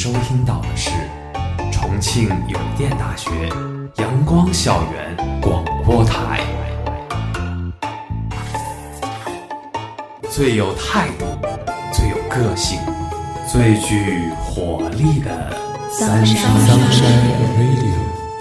收听到的是重庆邮电大学阳光校园广播台，最有态度、最有个性、最具活力的三山 Radio。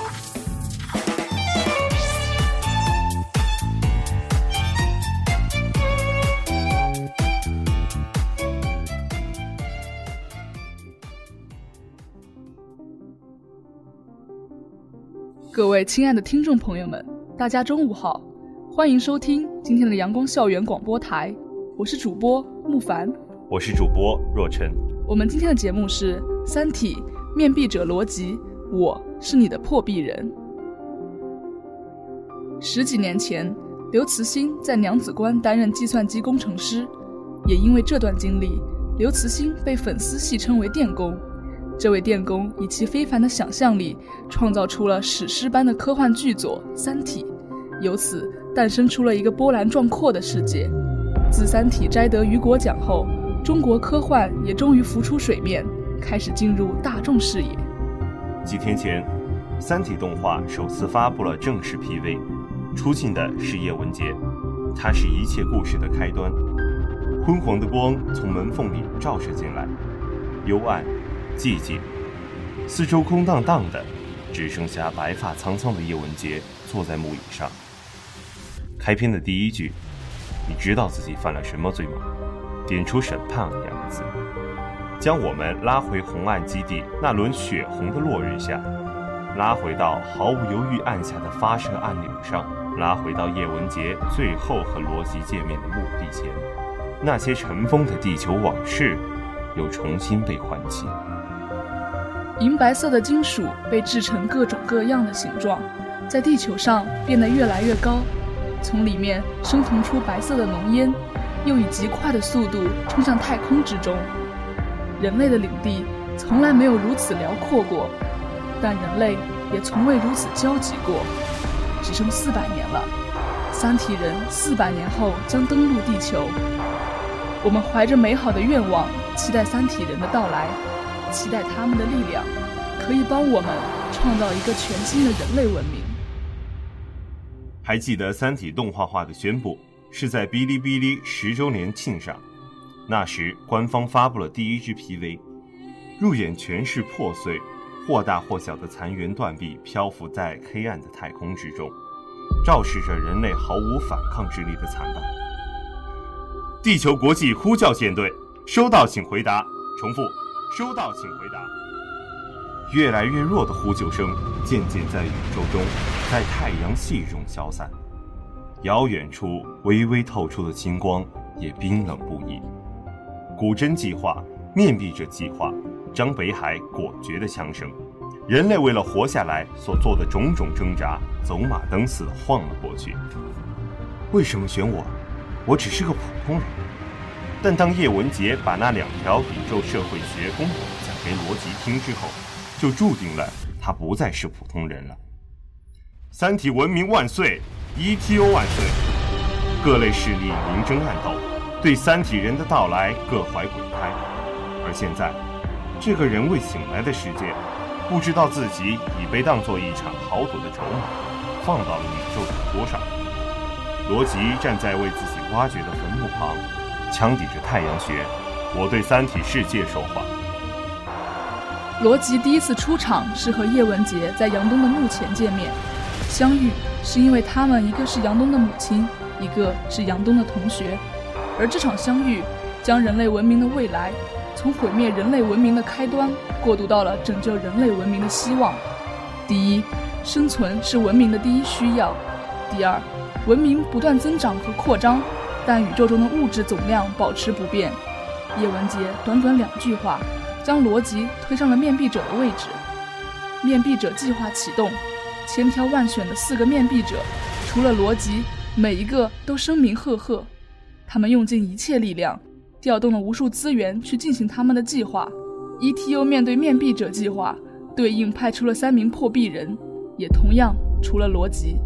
各位亲爱的听众朋友们，大家中午好，欢迎收听今天的阳光校园广播台，我是主播木凡， 我是主播若晨。 我们今天的节目是《三体》面壁者罗辑，我是你的破壁人。10几年前，刘慈欣在娘子关担任计算机工程师，也因为这段经历，刘慈欣被粉丝戏称为电工。这位电工以其非凡的想象力创造出了史诗般的科幻巨作《三体》，由此诞生出了一个波澜壮阔的世界。自《三体》摘得雨果奖后，中国科幻也终于浮出水面，开始进入大众视野。 几天前，《三体》动画首次发布了正式 PV， 出镜的是叶文洁，她是一切故事的开端。昏黄的光从门缝里照射进来，幽暗寂静，四周空荡荡的，只剩下白发苍苍的叶文洁坐在木椅上。开篇的第一句，你知道自己犯了什么罪吗？点出审判2个字，将我们拉回红岸基地那轮血红的落日下，拉回到毫无犹豫按下的发射按钮上，拉回到叶文洁最后和罗辑见面的墓地前，那些尘封的地球往事又重新被唤起。 银白色的金属被制成各种各样的形状，在地球上变得越来越高，从里面升腾出白色的浓烟，又以极快的速度冲向太空之中。人类的领地从来没有如此辽阔过，但人类也从未如此焦急过。只剩400年了，三体人400年后将登陆地球。我们怀着美好的愿望，期待三体人的到来，期待他们的力量可以帮我们创造一个全新的人类文明。 还记得《三体》动画化的宣布是在哔哩哔哩10周年庆上，那时官方发布了第一支 PV， 入眼全是破碎，或大或小的残垣断壁漂浮在黑暗的太空之中，昭示着人类毫无反抗之力的惨败。地球国际呼叫舰队，收到请回答。重复，收到请回答。越来越弱的呼救声渐渐在宇宙中，在太阳系中消散，遥远处微微透出的星光也冰冷不已。古筝计划、面壁者计划，张北海果决的枪声，人类为了活下来所做的种种挣扎，走马灯似的晃了过去。为什么选我？我只是个普通人。但当叶文洁把那2条宇宙社会学公理讲给罗辑听之后，就注定了他不再是普通人了。三体文明万岁， ETO 万岁！各类势力明争暗斗，对三体人的到来各怀鬼胎。而现在，这个人未醒来的世界，不知道自己已被当作一场豪赌的筹码，放到了宇宙赌桌上。罗辑站在为自己挖掘的坟墓旁，枪抵着太阳穴，我对三体世界说话。 罗辑第一次出场是和叶文洁在杨东的墓前见面，相遇是因为他们一个是杨东的母亲，一个是杨东的同学，而这场相遇将人类文明的未来从毁灭人类文明的开端过渡到了拯救人类文明的希望。第一，生存是文明的第一需要；第二，文明不断增长和扩张，但宇宙中的物质总量保持不变。叶文洁短短2句话将罗辑推上了面壁者的位置。面壁者计划启动，千挑万选的4个面壁者，除了罗辑，每一个都声名赫赫。他们用尽一切力量，调动了无数资源去进行他们的计划。ETO 面对面壁者计划，对应派出了3名破壁人，也同样除了罗辑。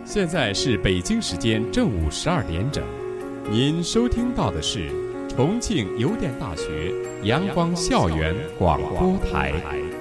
现在是北京时间正午12点整，您收听到的是重庆邮电大学阳光校园广播台。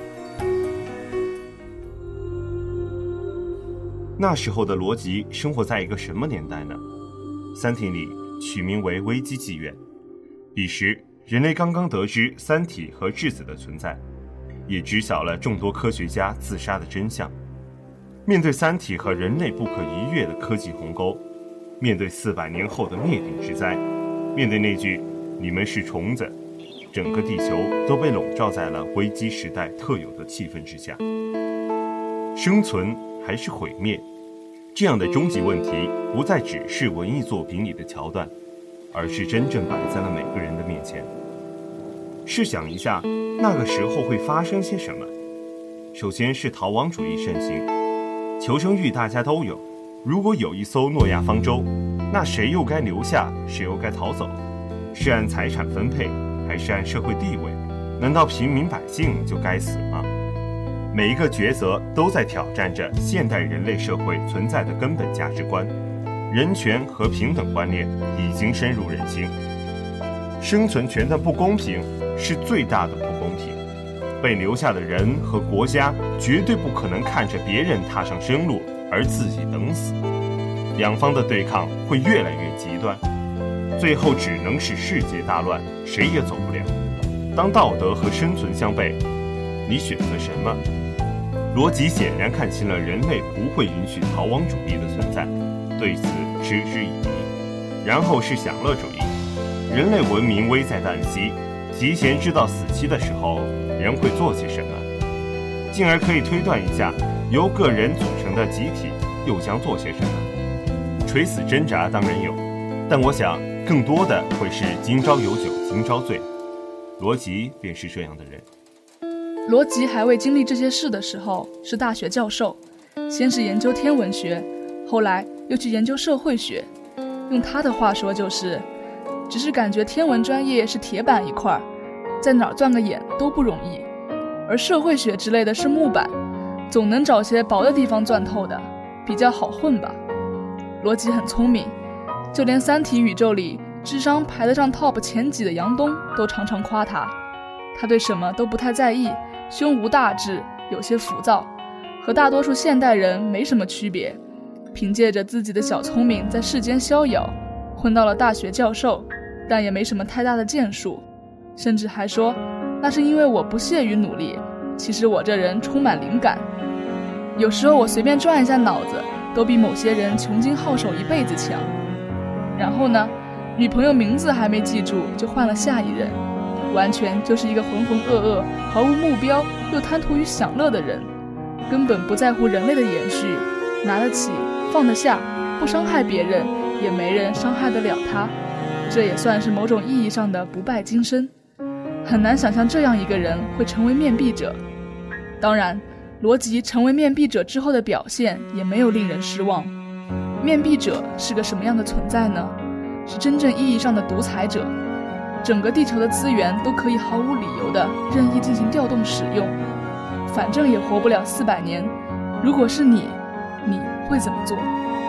那时候的罗辑生活在一个什么年代呢？三体里取名为危机纪元。彼时人类刚刚得知三体和质子的存在，也知晓了众多科学家自杀的真相。面对三体和人类不可逾越的科技鸿沟，面对400年后的灭顶之灾，面对那句你们是虫子，整个地球都被笼罩在了危机时代特有的气氛之下。生存还是毁灭，这样的终极问题不再只是文艺作品里的桥段，而是真正摆在了每个人的面前。试想一下，那个时候会发生些什么？首先是逃亡主义盛行，求生欲大家都有，如果有一艘诺亚方舟，那谁又该留下，谁又该逃走？是按财产分配，还是按社会地位？难道平民百姓就该死吗？每一个抉择都在挑战着现代人类社会存在的根本价值观，人权和平等观念已经深入人心。生存权的不公平是最大的不公平，被留下的人和国家绝对不可能看着别人踏上生路而自己等死，两方的对抗会越来越极端，最后只能是世界大乱，谁也走不了。当道德和生存相悖，你选择什么？罗辑显然看清了人类不会允许逃亡主义的存在，对此嗤之以鼻。然后是享乐主义，人类文明危在旦夕，提前知道死期的时候人会做些什么，进而可以推断一下由个人组成的集体又将做些什么。垂死挣扎当然有，但我想更多的会是今朝有酒今朝醉。罗辑便是这样的人。 罗辑还未经历这些事的时候是大学教授，先是研究天文学，后来又去研究社会学。用他的话说就是只是感觉天文专业是铁板一块，在哪儿钻个眼都不容易，而社会学之类的是木板，总能找些薄的地方钻透的，比较好混吧。罗辑很聪明，就连三体宇宙里智商排得上 top 前几的杨东都常常夸他。他对什么都不太在意，胸无大志，有些浮躁，和大多数现代人没什么区别。凭借着自己的小聪明在世间逍遥，混到了大学教授，但也没什么太大的建树，甚至还说那是因为我不屑于努力，其实我这人充满灵感，有时候我随便转一下脑子都比某些人穷经皓首一辈子强。然后呢，女朋友名字还没记住就换了下一任，完全就是一个浑浑噩噩，毫无目标又贪图于享乐的人，根本不在乎人类的延续，拿得起放得下，不伤害别人，也没人伤害得了他，这也算是某种意义上的不败金身。很难想象这样一个人会成为面壁者。当然，罗辑成为面壁者之后的表现也没有令人失望。面壁者是个什么样的存在呢？是真正意义上的独裁者，整个地球的资源都可以毫无理由的任意进行调动使用，反正也活不了400年。如果是你会怎么做？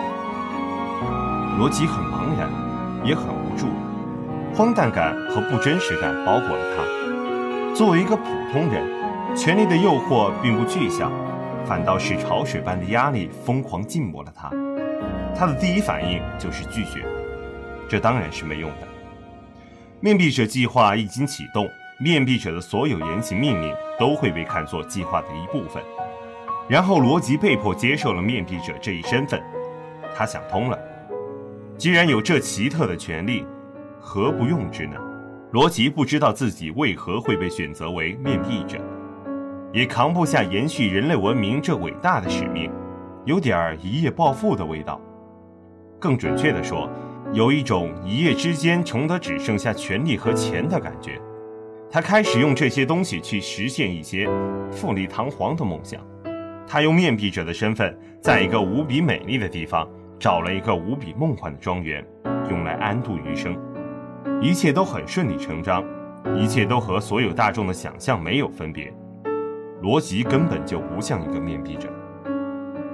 罗辑很茫然，也很无助，荒诞感和不真实感包裹了他。作为一个普通人，权力的诱惑并不具象，反倒是潮水般的压力疯狂浸没了他。他的第一反应就是拒绝，这当然是没用的。面壁者计划一经启动，面壁者的所有言行命令都会被看作计划的一部分。然后罗辑被迫接受了面壁者这一身份，他想通了，既然有这奇特的权利，何不用之呢？罗辑不知道自己为何会被选择为面壁者，也扛不下延续人类文明这伟大的使命，有点一夜暴富的味道。更准确地说，有一种一夜之间穷得只剩下权力和钱的感觉。他开始用这些东西去实现一些富丽堂皇的梦想。他用面壁者的身份，在一个无比美丽的地方找了一个无比梦幻的庄园，用来安度余生。一切都很顺理成章，一切都和所有大众的想象没有分别。罗辑根本就不像一个面壁者。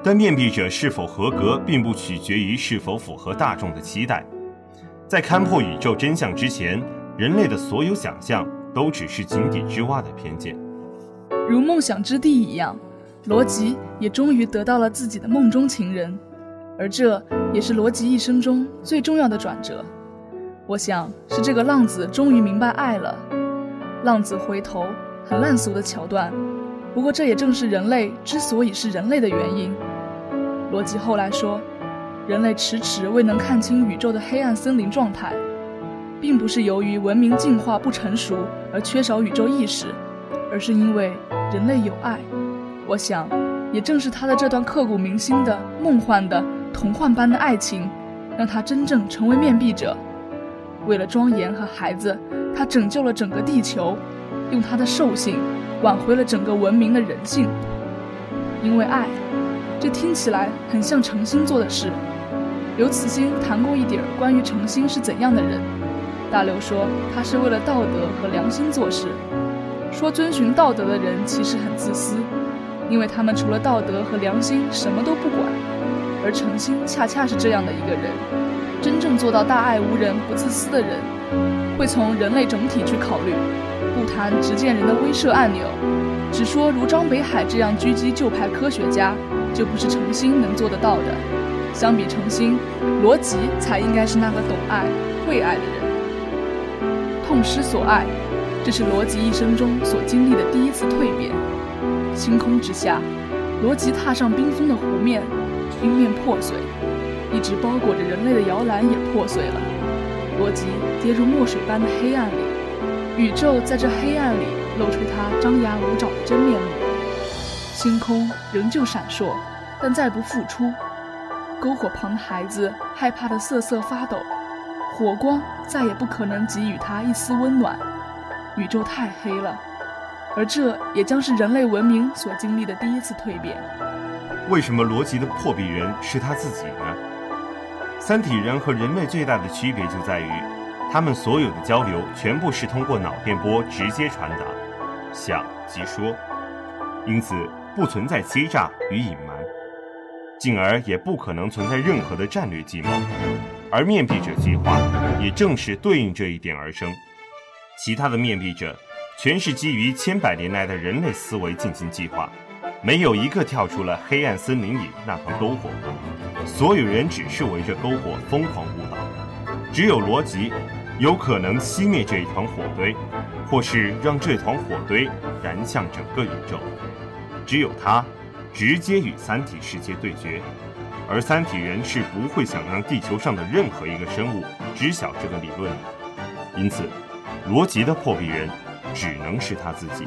但面壁者是否合格，并不取决于是否符合大众的期待。在看破宇宙真相之前，人类的所有想象都只是井底之蛙的偏见。 如梦想之地一样，罗辑也终于得到了自己的梦中情人，而这也是罗辑一生中最重要的转折。我想是这个浪子终于明白爱了。浪子回头，很烂俗的桥段，不过这也正是人类之所以是人类的原因。罗辑后来说，人类迟迟未能看清宇宙的黑暗森林状态，并不是由于文明进化不成熟而缺少宇宙意识，而是因为人类有爱。我想也正是他的这段刻骨铭心的梦幻的童幻般的爱情，让他真正成为面壁者。为了庄严和孩子，他拯救了整个地球，用他的兽性挽回了整个文明的人性。因为爱，这听起来很像诚心做的事。刘慈欣谈过一点关于诚心是怎样的人，大刘说他是为了道德和良心做事，说遵循道德的人其实很自私，因为他们除了道德和良心什么都不管，而诚心恰恰是这样的一个人。真正做到大爱无人不自私的人，会从人类整体去考虑，不谈执剑人的威慑按钮，只说如张北海这样狙击旧派科学家，就不是诚心能做得到的。相比诚心，罗辑才应该是那个懂爱会爱的人。痛失所爱，这是罗辑一生中所经历的第一次蜕变。星空之下，罗辑踏上冰封的湖面，冰面破碎，一直包裹着人类的摇篮也破碎了。罗辑跌入墨水般的黑暗里，宇宙在这黑暗里露出它张牙舞爪的真面目。星空仍旧闪烁，但再不复出。篝火旁的孩子害怕得瑟瑟发抖，火光再也不可能给予他一丝温暖。宇宙太黑了，而这也将是人类文明所经历的第一次蜕变。 为什么罗辑的破壁人是他自己呢？三体人和人类最大的区别就在于，他们所有的交流全部是通过脑电波直接传达，想即说，因此不存在欺诈与隐瞒，进而也不可能存在任何的战略计谋。而面壁者计划也正是对应这一点而生。其他的面壁者全是基于千百年来的人类思维进行计划，没有一个跳出了黑暗森林里那团篝火，所有人只是围着篝火疯狂舞蹈。只有罗辑有可能熄灭这一团火堆，或是让这团火堆燃向整个宇宙。只有他直接与三体世界对决，而三体人是不会想让地球上的任何一个生物知晓这个理论的。因此罗辑的破壁人只能是他自己。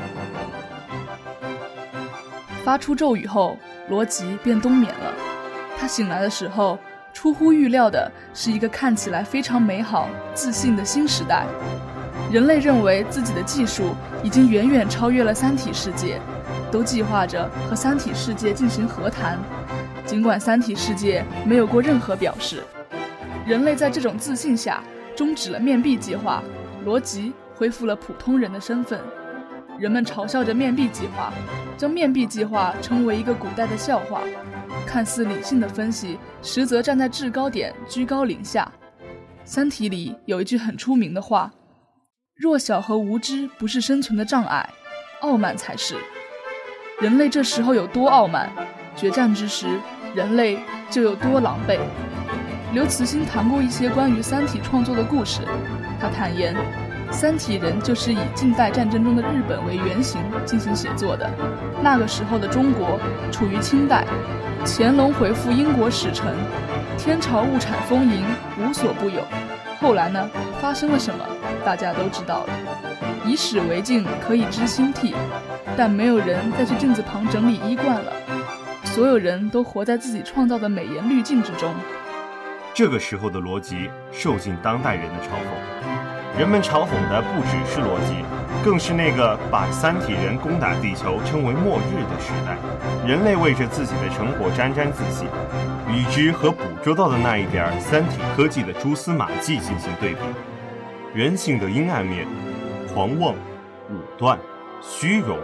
发出咒语后，罗辑便冬眠了。他醒来的时候，出乎预料的是一个看起来非常美好、自信的新时代。人类认为自己的技术已经远远超越了三体世界，都计划着和三体世界进行和谈，尽管三体世界没有过任何表示。人类在这种自信下终止了面壁计划，罗辑恢复了普通人的身份。人们嘲笑着面壁计划，将面壁计划称为一个古代的笑话，看似理性的分析，实则站在制高点居高临下。三体里有一句很出名的话，弱小和无知不是生存的障碍，傲慢才是。人类这时候有多傲慢，决战之时人类就有多狼狈。刘慈欣谈过一些关于三体创作的故事，他坦言三体人就是以近代战争中的日本为原型进行写作的。那个时候的中国处于清代，乾隆回复英国使臣，天朝物产丰盈，无所不有。后来呢，发生了什么大家都知道了。以史为镜可以知兴替，但没有人再去镜子旁整理衣冠了，所有人都活在自己创造的美颜滤镜之中。 这个时候的罗辑受尽当代人的嘲讽，人们嘲讽的不只是罗辑，更是那个把三体人攻打地球称为末日的时代。人类为着自己的成果沾沾自喜，与之和捕捉到的那一点三体科技的蛛丝马迹进行对比。人性的阴暗面，狂妄、武断、虚荣，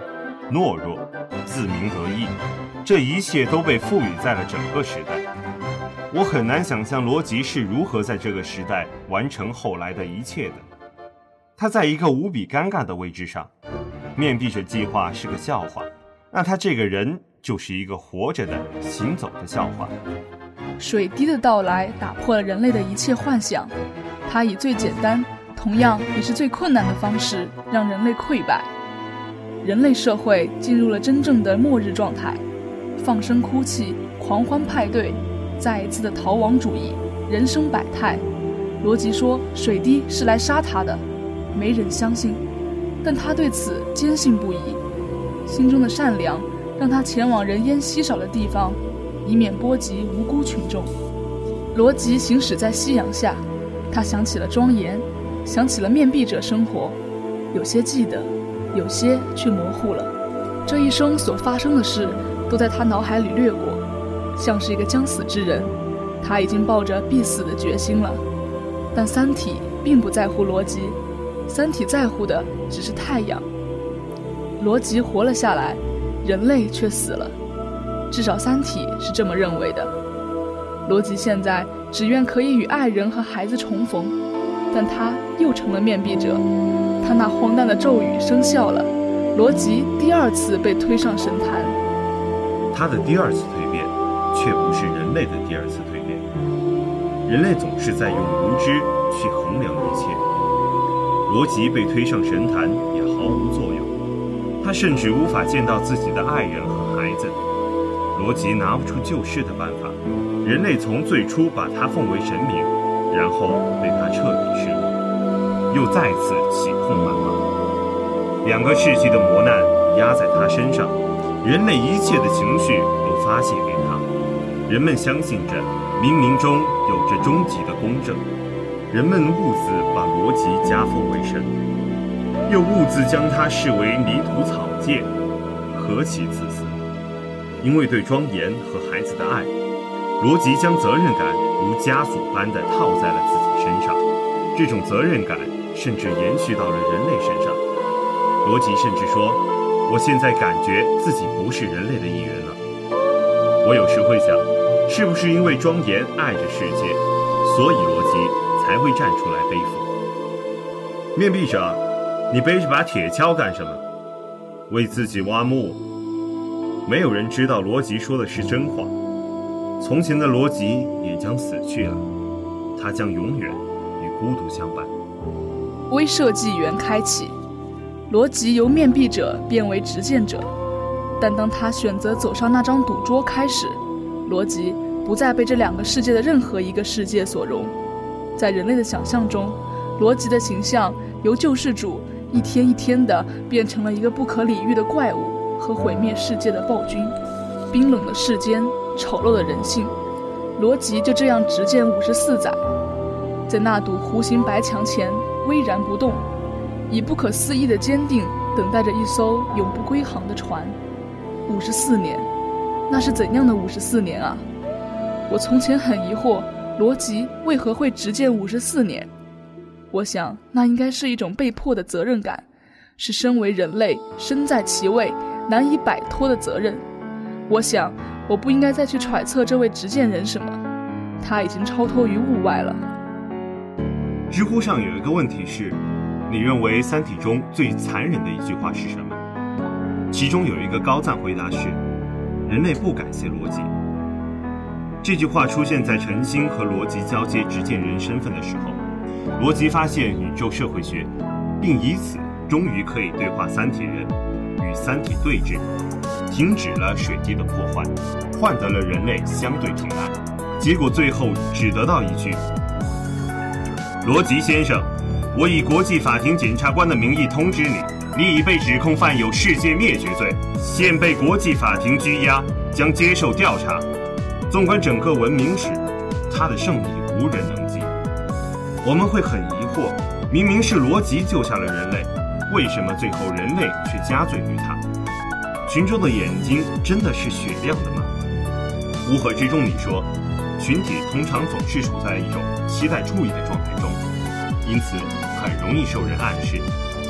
懦弱、自鸣得意，这一切都被赋予在了整个时代。我很难想象罗辑是如何在这个时代完成后来的一切的。他在一个无比尴尬的位置上，面壁者计划是个笑话，那他这个人就是一个活着的、行走的笑话。 水滴的到来打破了人类的一切幻想，它以最简单，同样也是最困难的方式让人类溃败。人类社会进入了真正的末日状态，放声哭泣，狂欢派对，再一次的逃亡主义，人生百态。罗辑说水滴是来杀他的，没人相信，但他对此坚信不疑。心中的善良让他前往人烟稀少的地方，以免波及无辜群众。罗辑行驶在夕阳下，他想起了庄严，想起了面壁者生活，有些记得，有些却模糊了。这一生所发生的事都在他脑海里掠过，像是一个将死之人。他已经抱着必死的决心了，但三体并不在乎罗辑，三体在乎的只是太阳。罗辑活了下来，人类却死了，至少三体是这么认为的。罗辑现在只愿可以与爱人和孩子重逢，但他又成了面壁者。他那荒诞的咒语生效了，罗辑第二次被推上神坛。 他的第二次蜕变却不是人类的第二次蜕变。人类总是在用无知去衡量一切，罗辑被推上神坛也毫无作用，他甚至无法见到自己的爱人和孩子。罗辑拿不出救世的办法，人类从最初把他奉为神明，然后对他彻底失落，又再次起哄谩骂。2个世纪的磨难压在他身上，人类一切的情绪都发泄给他。人们相信着冥冥中有着终极的公正，人们兀自把罗辑加封为神，又兀自将他视为泥土草芥，何其自私！因为对庄严和孩子的爱，罗辑将责任感如枷锁般地套在了自己身上，这种责任感甚至延续到了人类身上。罗辑甚至说，我现在感觉自己不是人类的一员了。我有时会想，是不是因为庄严爱着世界，所以罗辑才会站出来背负？面壁者，你背着把铁锹干什么？为自己挖墓？没有人知道罗辑说的是真话。从前的罗辑也将死去了，他将永远与孤独相伴。 威慑纪元开启，罗辑由面壁者变为执剑者，但当他选择走上那张赌桌开始，罗辑不再被这2个世界的任何一个世界所容。在人类的想象中，罗辑的形象由救世主一天一天地变成了一个不可理喻的怪物和毁灭世界的暴君。冰冷的世间，丑陋的人性，罗辑就这样执剑54载，在那堵弧形白墙前巍然不动，以不可思议的坚定等待着一艘永不归航的船。54年，那是怎样的54年啊？我从前很疑惑，罗辑为何会执剑54年？我想，那应该是一种被迫的责任感，是身为人类，身在其位，难以摆脱的责任。我想，我不应该再去揣测这位执剑人什么，他已经超脱于物外了。 知乎上有一个问题是，你认为《三体》中最残忍的一句话是什么？其中有一个高赞回答是，人类不感谢罗辑。这句话出现在陈星和罗辑交接执剑人身份的时候，罗辑发现宇宙社会学，并以此终于可以对话三体人，与三体对峙，停止了水滴的破坏，换得了人类相对平安。结果最后只得到一句，罗辑先生，我以国际法庭检察官的名义通知你，你已被指控犯有世界灭绝罪，现被国际法庭拘押，将接受调查。纵观整个文明史，他的胜利无人能及。我们会很疑惑，明明是罗辑救下了人类，为什么最后人类却加罪于他？群众的眼睛真的是雪亮的吗？乌合之众里说，群体通常总是处在一种期待注意的状态中，因此很容易受人暗示。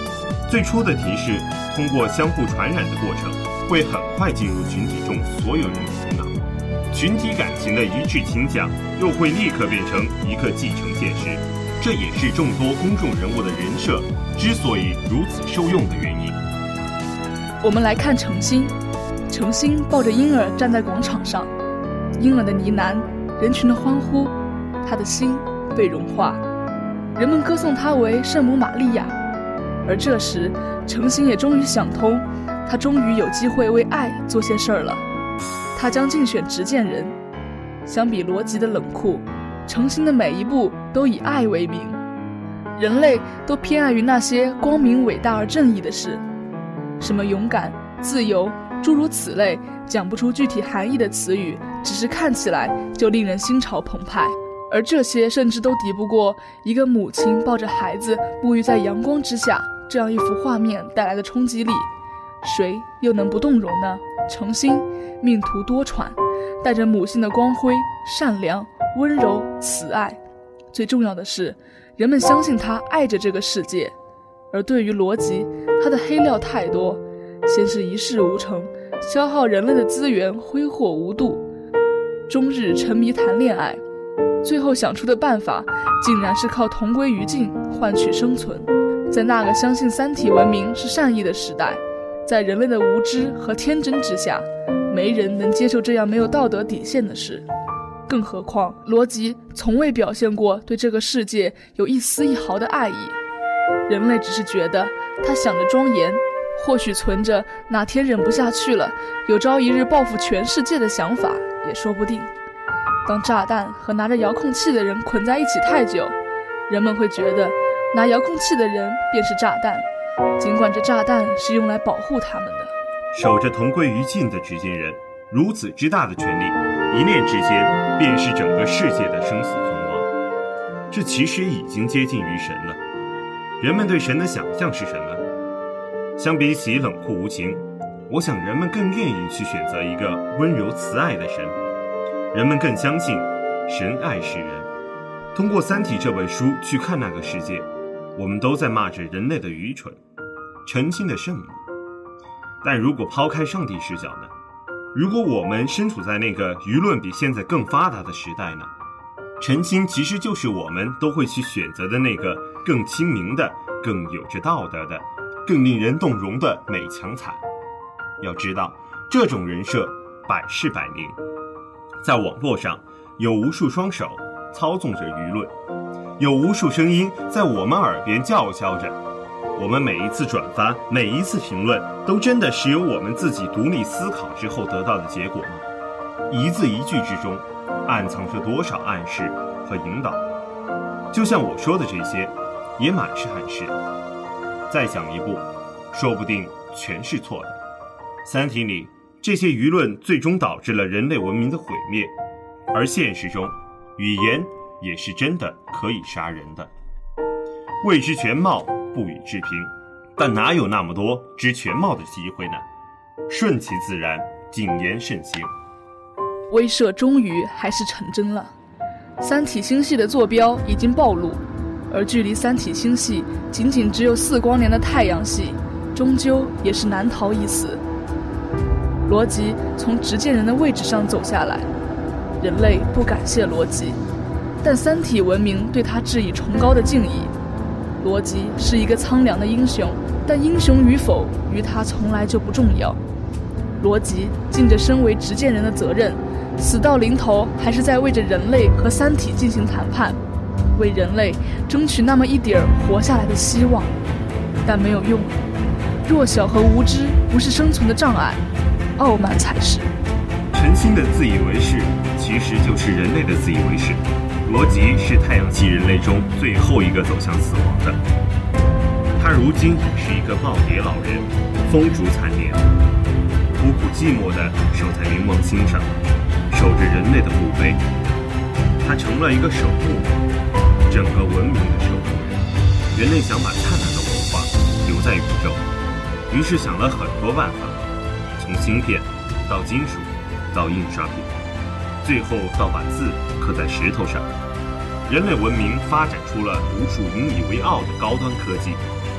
最初的提示通过相互传染的过程，会很快进入群体中所有人的头脑，群体感情的一致倾向又会立刻变成一个既成现实。这也是众多公众人物的人设之所以如此受用的原因。 我们来看程心，程心抱着婴儿站在广场上，婴儿的呢喃，人群的欢呼，他的心被融化，人们歌颂他为圣母玛利亚。而这时程心也终于想通，他终于有机会为爱做些事儿了，他将竞选执剑人。相比罗辑的冷酷，程心的每一步都以爱为名。人类都偏爱于那些光明伟大而正义的事，什么勇敢、自由，诸如此类讲不出具体含义的词语，只是看起来就令人心潮澎湃。而这些甚至都敌不过一个母亲抱着孩子沐浴在阳光之下这样一幅画面带来的冲击力，谁又能不动容呢？程心命途多舛，带着母性的光辉，善良、温柔、慈爱。最重要的是，人们相信他爱着这个世界。而对于罗辑，他的黑料太多，先是一事无成，消耗人类的资源，挥霍无度，终日沉迷谈恋爱，最后想出的办法竟然是靠同归于尽换取生存。在那个相信三体文明是善意的时代，在人类的无知和天真之下，没人能接受这样没有道德底线的事。更何况罗辑从未表现过对这个世界有一丝一毫的爱意，人类只是觉得他想着庄严，或许存着哪天忍不下去了，有朝一日报复全世界的想法也说不定。当炸弹和拿着遥控器的人捆在一起太久，人们会觉得拿遥控器的人便是炸弹，尽管这炸弹是用来保护他们的。 守着同归于尽的执剑人，如此之大的权力，一念之间便是整个世界的生死存亡。这其实已经接近于神了。人们对神的想象是什么？相比起冷酷无情，我想人们更愿意去选择一个温柔慈爱的神。人们更相信神爱世人。通过《三体》这本书去看那个世界，我们都在骂着人类的愚蠢，诚心的圣母。但如果抛开上帝视角呢？如果我们身处在那个舆论比现在更发达的时代呢？诚心其实就是我们都会去选择的那个更亲民的、更有着道德的、更令人动容的美强惨。要知道，这种人设百试百灵。在网络上，有无数双手操纵着舆论，有无数声音在我们耳边叫嚣着。我们每一次转发，每一次评论，都真的是由我们自己独立思考之后得到的结果吗？一字一句之中，暗藏着多少暗示和引导？就像我说的这些，也满是暗示。再想一步，说不定全是错的。三体里，这些舆论最终导致了人类文明的毁灭，而现实中，语言也是真的可以杀人的。未知全貌，不予置评，但哪有那么多知全貌的机会呢？顺其自然，谨言慎行。 威慑终于还是成真了，三体星系的坐标已经暴露，而距离三体星系仅仅只有4光年的太阳系，终究也是难逃一死。罗辑从执剑人的位置上走下来，人类不感谢罗辑，但三体文明对他致以崇高的敬意。罗辑是一个苍凉的英雄，但英雄与否于他从来就不重要。罗辑尽着身为执剑人的责任，死到临头还是在为着人类和三体进行谈判，为人类争取那么一点活下来的希望。但没有用，弱小和无知不是生存的障碍，傲慢才是。 诚心的自以为是，其实就是人类的自以为是。罗辑是太阳系人类中最后一个走向死亡的，他如今也是一个耄耋老人，风烛残年，苦苦寂寞地守在冥王星上，守着人类的墓碑。他成了一个守护人，整个文明的守护人。人类想把灿烂的文化留在宇宙，于是想了很多办法，从芯片到金属到印刷品，最后到把字刻在石头上。人类文明发展出了无数引以为傲的高端科技，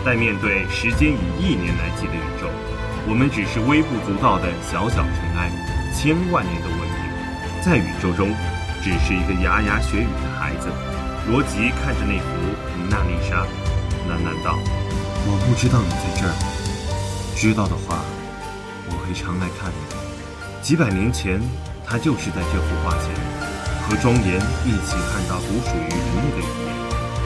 但面对时间以亿年来计的宇宙，我们只是微不足道的小小尘埃，千万年的文明，在宇宙中只是一个牙牙学语的孩子。罗辑看着那幅蒙娜丽莎，喃喃道：“我不知道你在这儿，知道的话，我会常来看你。”几百年前，他就是在这幅画前，和庄严一起看到独属于人类的语言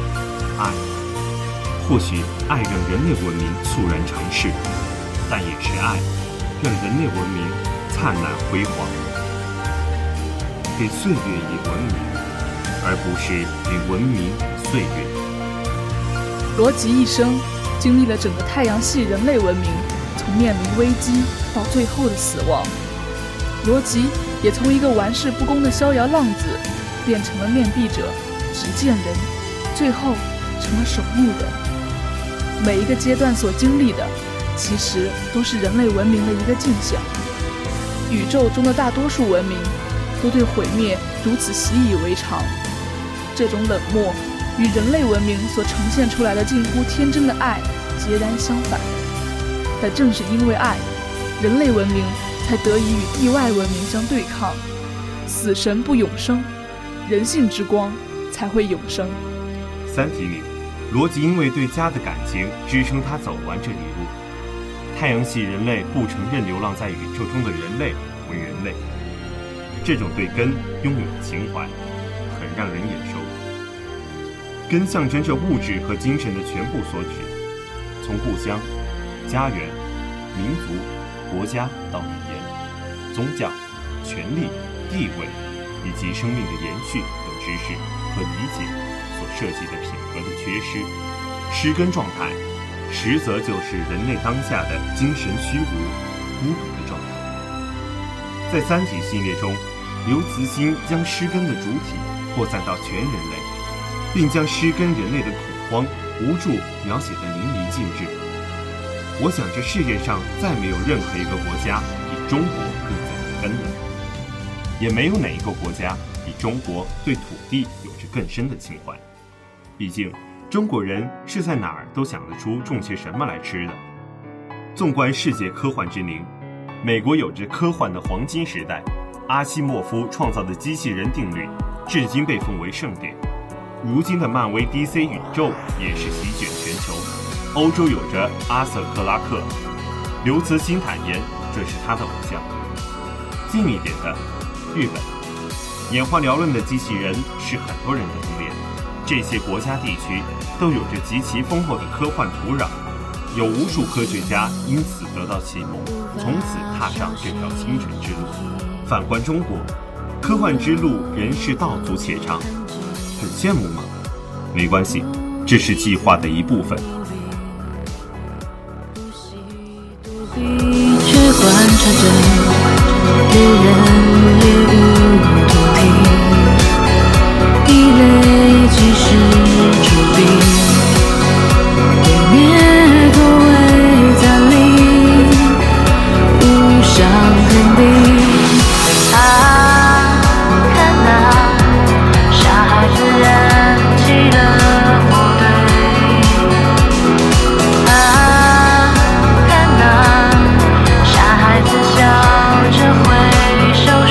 ——爱。或许爱让人类文明猝然尝试，但也是爱让人类文明灿烂辉煌。给岁月以文明，而不是给文明岁月。 罗辑一生经历了整个太阳系人类文明从面临危机到最后的死亡。罗辑也从一个玩世不恭的逍遥浪子变成了面壁者、执剑人，最后成了守墓人。每一个阶段所经历的，其实都是人类文明的一个镜像。宇宙中的大多数文明都对毁灭如此习以为常，这种冷漠与人类文明所呈现出来的近乎天真的爱截然相反。但正是因为爱，人类文明才得以与地外文明相对抗。死神不永生，人性之光才会永生。 三体里，罗辑因为对家的感情支撑他走完这一路。太阳系人类不承认流浪在宇宙中的人类为人类，这种对根拥有的情怀很让人眼熟。根象征着物质和精神的全部所指，从故乡、家园、民族、国家到语言、宗教、权力、地位以及生命的延续等知识和理解所涉及的品格的缺失。失根状态实则就是人类当下的精神虚无、孤独的状态。在三体系列中，刘慈欣将失根的主体扩散到全人类，并将失根人类的恐慌、无助描写得淋漓尽致。我想这世界上再没有任何一个国家比中国更在乎根了，也没有哪一个国家比中国对土地有着更深的情怀。毕竟中国人是在哪儿都想得出种些什么来吃的。纵观世界科幻之林，美国有着科幻的黄金时代，阿西莫夫创造的机器人定律至今被奉为圣典。如今的漫威 DC 宇宙也是席卷全球。欧洲有着阿瑟克拉克，刘慈欣坦言这是他的偶像。近一点的日本，眼花缭乱的机器人是很多人的童年。这些国家地区都有着极其丰厚的科幻土壤，有无数科学家因此得到启蒙，从此踏上这条星辰之路。反观中国，科幻之路仍是道阻且长，很羡慕吗？没关系，这是计划的一部分。 却观察着猎人猎物同体，地雷即使注定，毁灭多为暂临，无上肯定。看那傻孩子燃起了火堆，看那傻孩子笑着挥手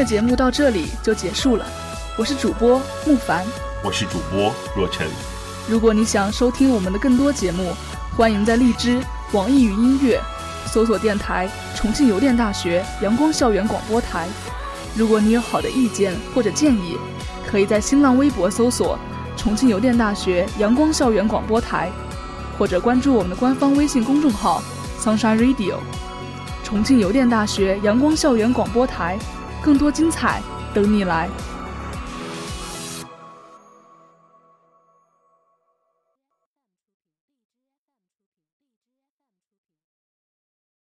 节目到这里就结束了，我是主播木凡， 我是主播若晨。 如果你想收听我们的更多节目，欢迎在荔枝、网易云音乐搜索电台重庆邮电大学阳光校园广播台。如果你有好的意见或者建议，可以在新浪微博搜索重庆邮电大学阳光校园广播台，或者关注我们的官方微信公众号 Sunshine Radio。 重庆邮电大学阳光校园广播台，更多精彩等你来。